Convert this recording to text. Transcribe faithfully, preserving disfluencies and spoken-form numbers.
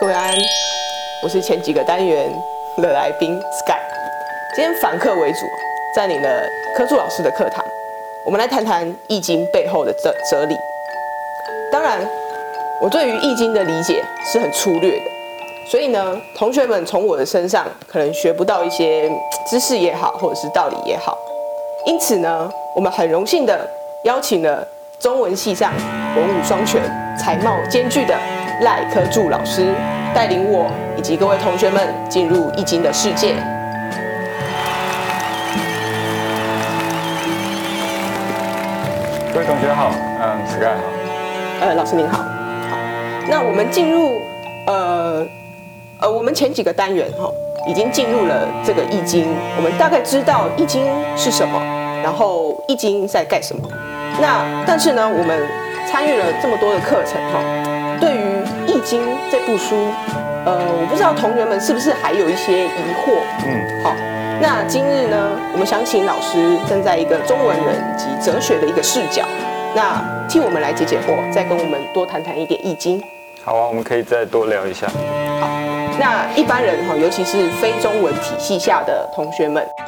各位安，我是前几个单元的来宾 Sky。今天反客为主，占领了科助老师的课堂，我们来谈谈《易经》背后的哲哲理。当然，我对于《易经》的理解是很粗略的，所以呢，同学们从我的身上可能学不到一些知识也好，或者是道理也好。因此呢，我们很荣幸的邀请了中文系上文武双全、才貌兼具的赖科助老师，带领我以及各位同学们进入《易经》的世界。 各位同学好，嗯 ，Sky 好， 呃，老师您好。好，那我们进入呃呃，我们前几个单元哈、哦，已经进入了这个《易经》，我们大概知道《易经》是什么，然后《易经》在干什么。那但是呢，我们参与了这么多的课程哈、哦，对于《易经》这部书，呃，我不知道同学们是不是还有一些疑惑。嗯，好。那今日呢，我们想请老师站在一个中文人及哲学的一个视角，那替我们来解解惑，再跟我们多谈谈一点《易经》。 好啊，我们可以再多聊一下。 好，那一般人哈，尤其是非中文体系下的同学们，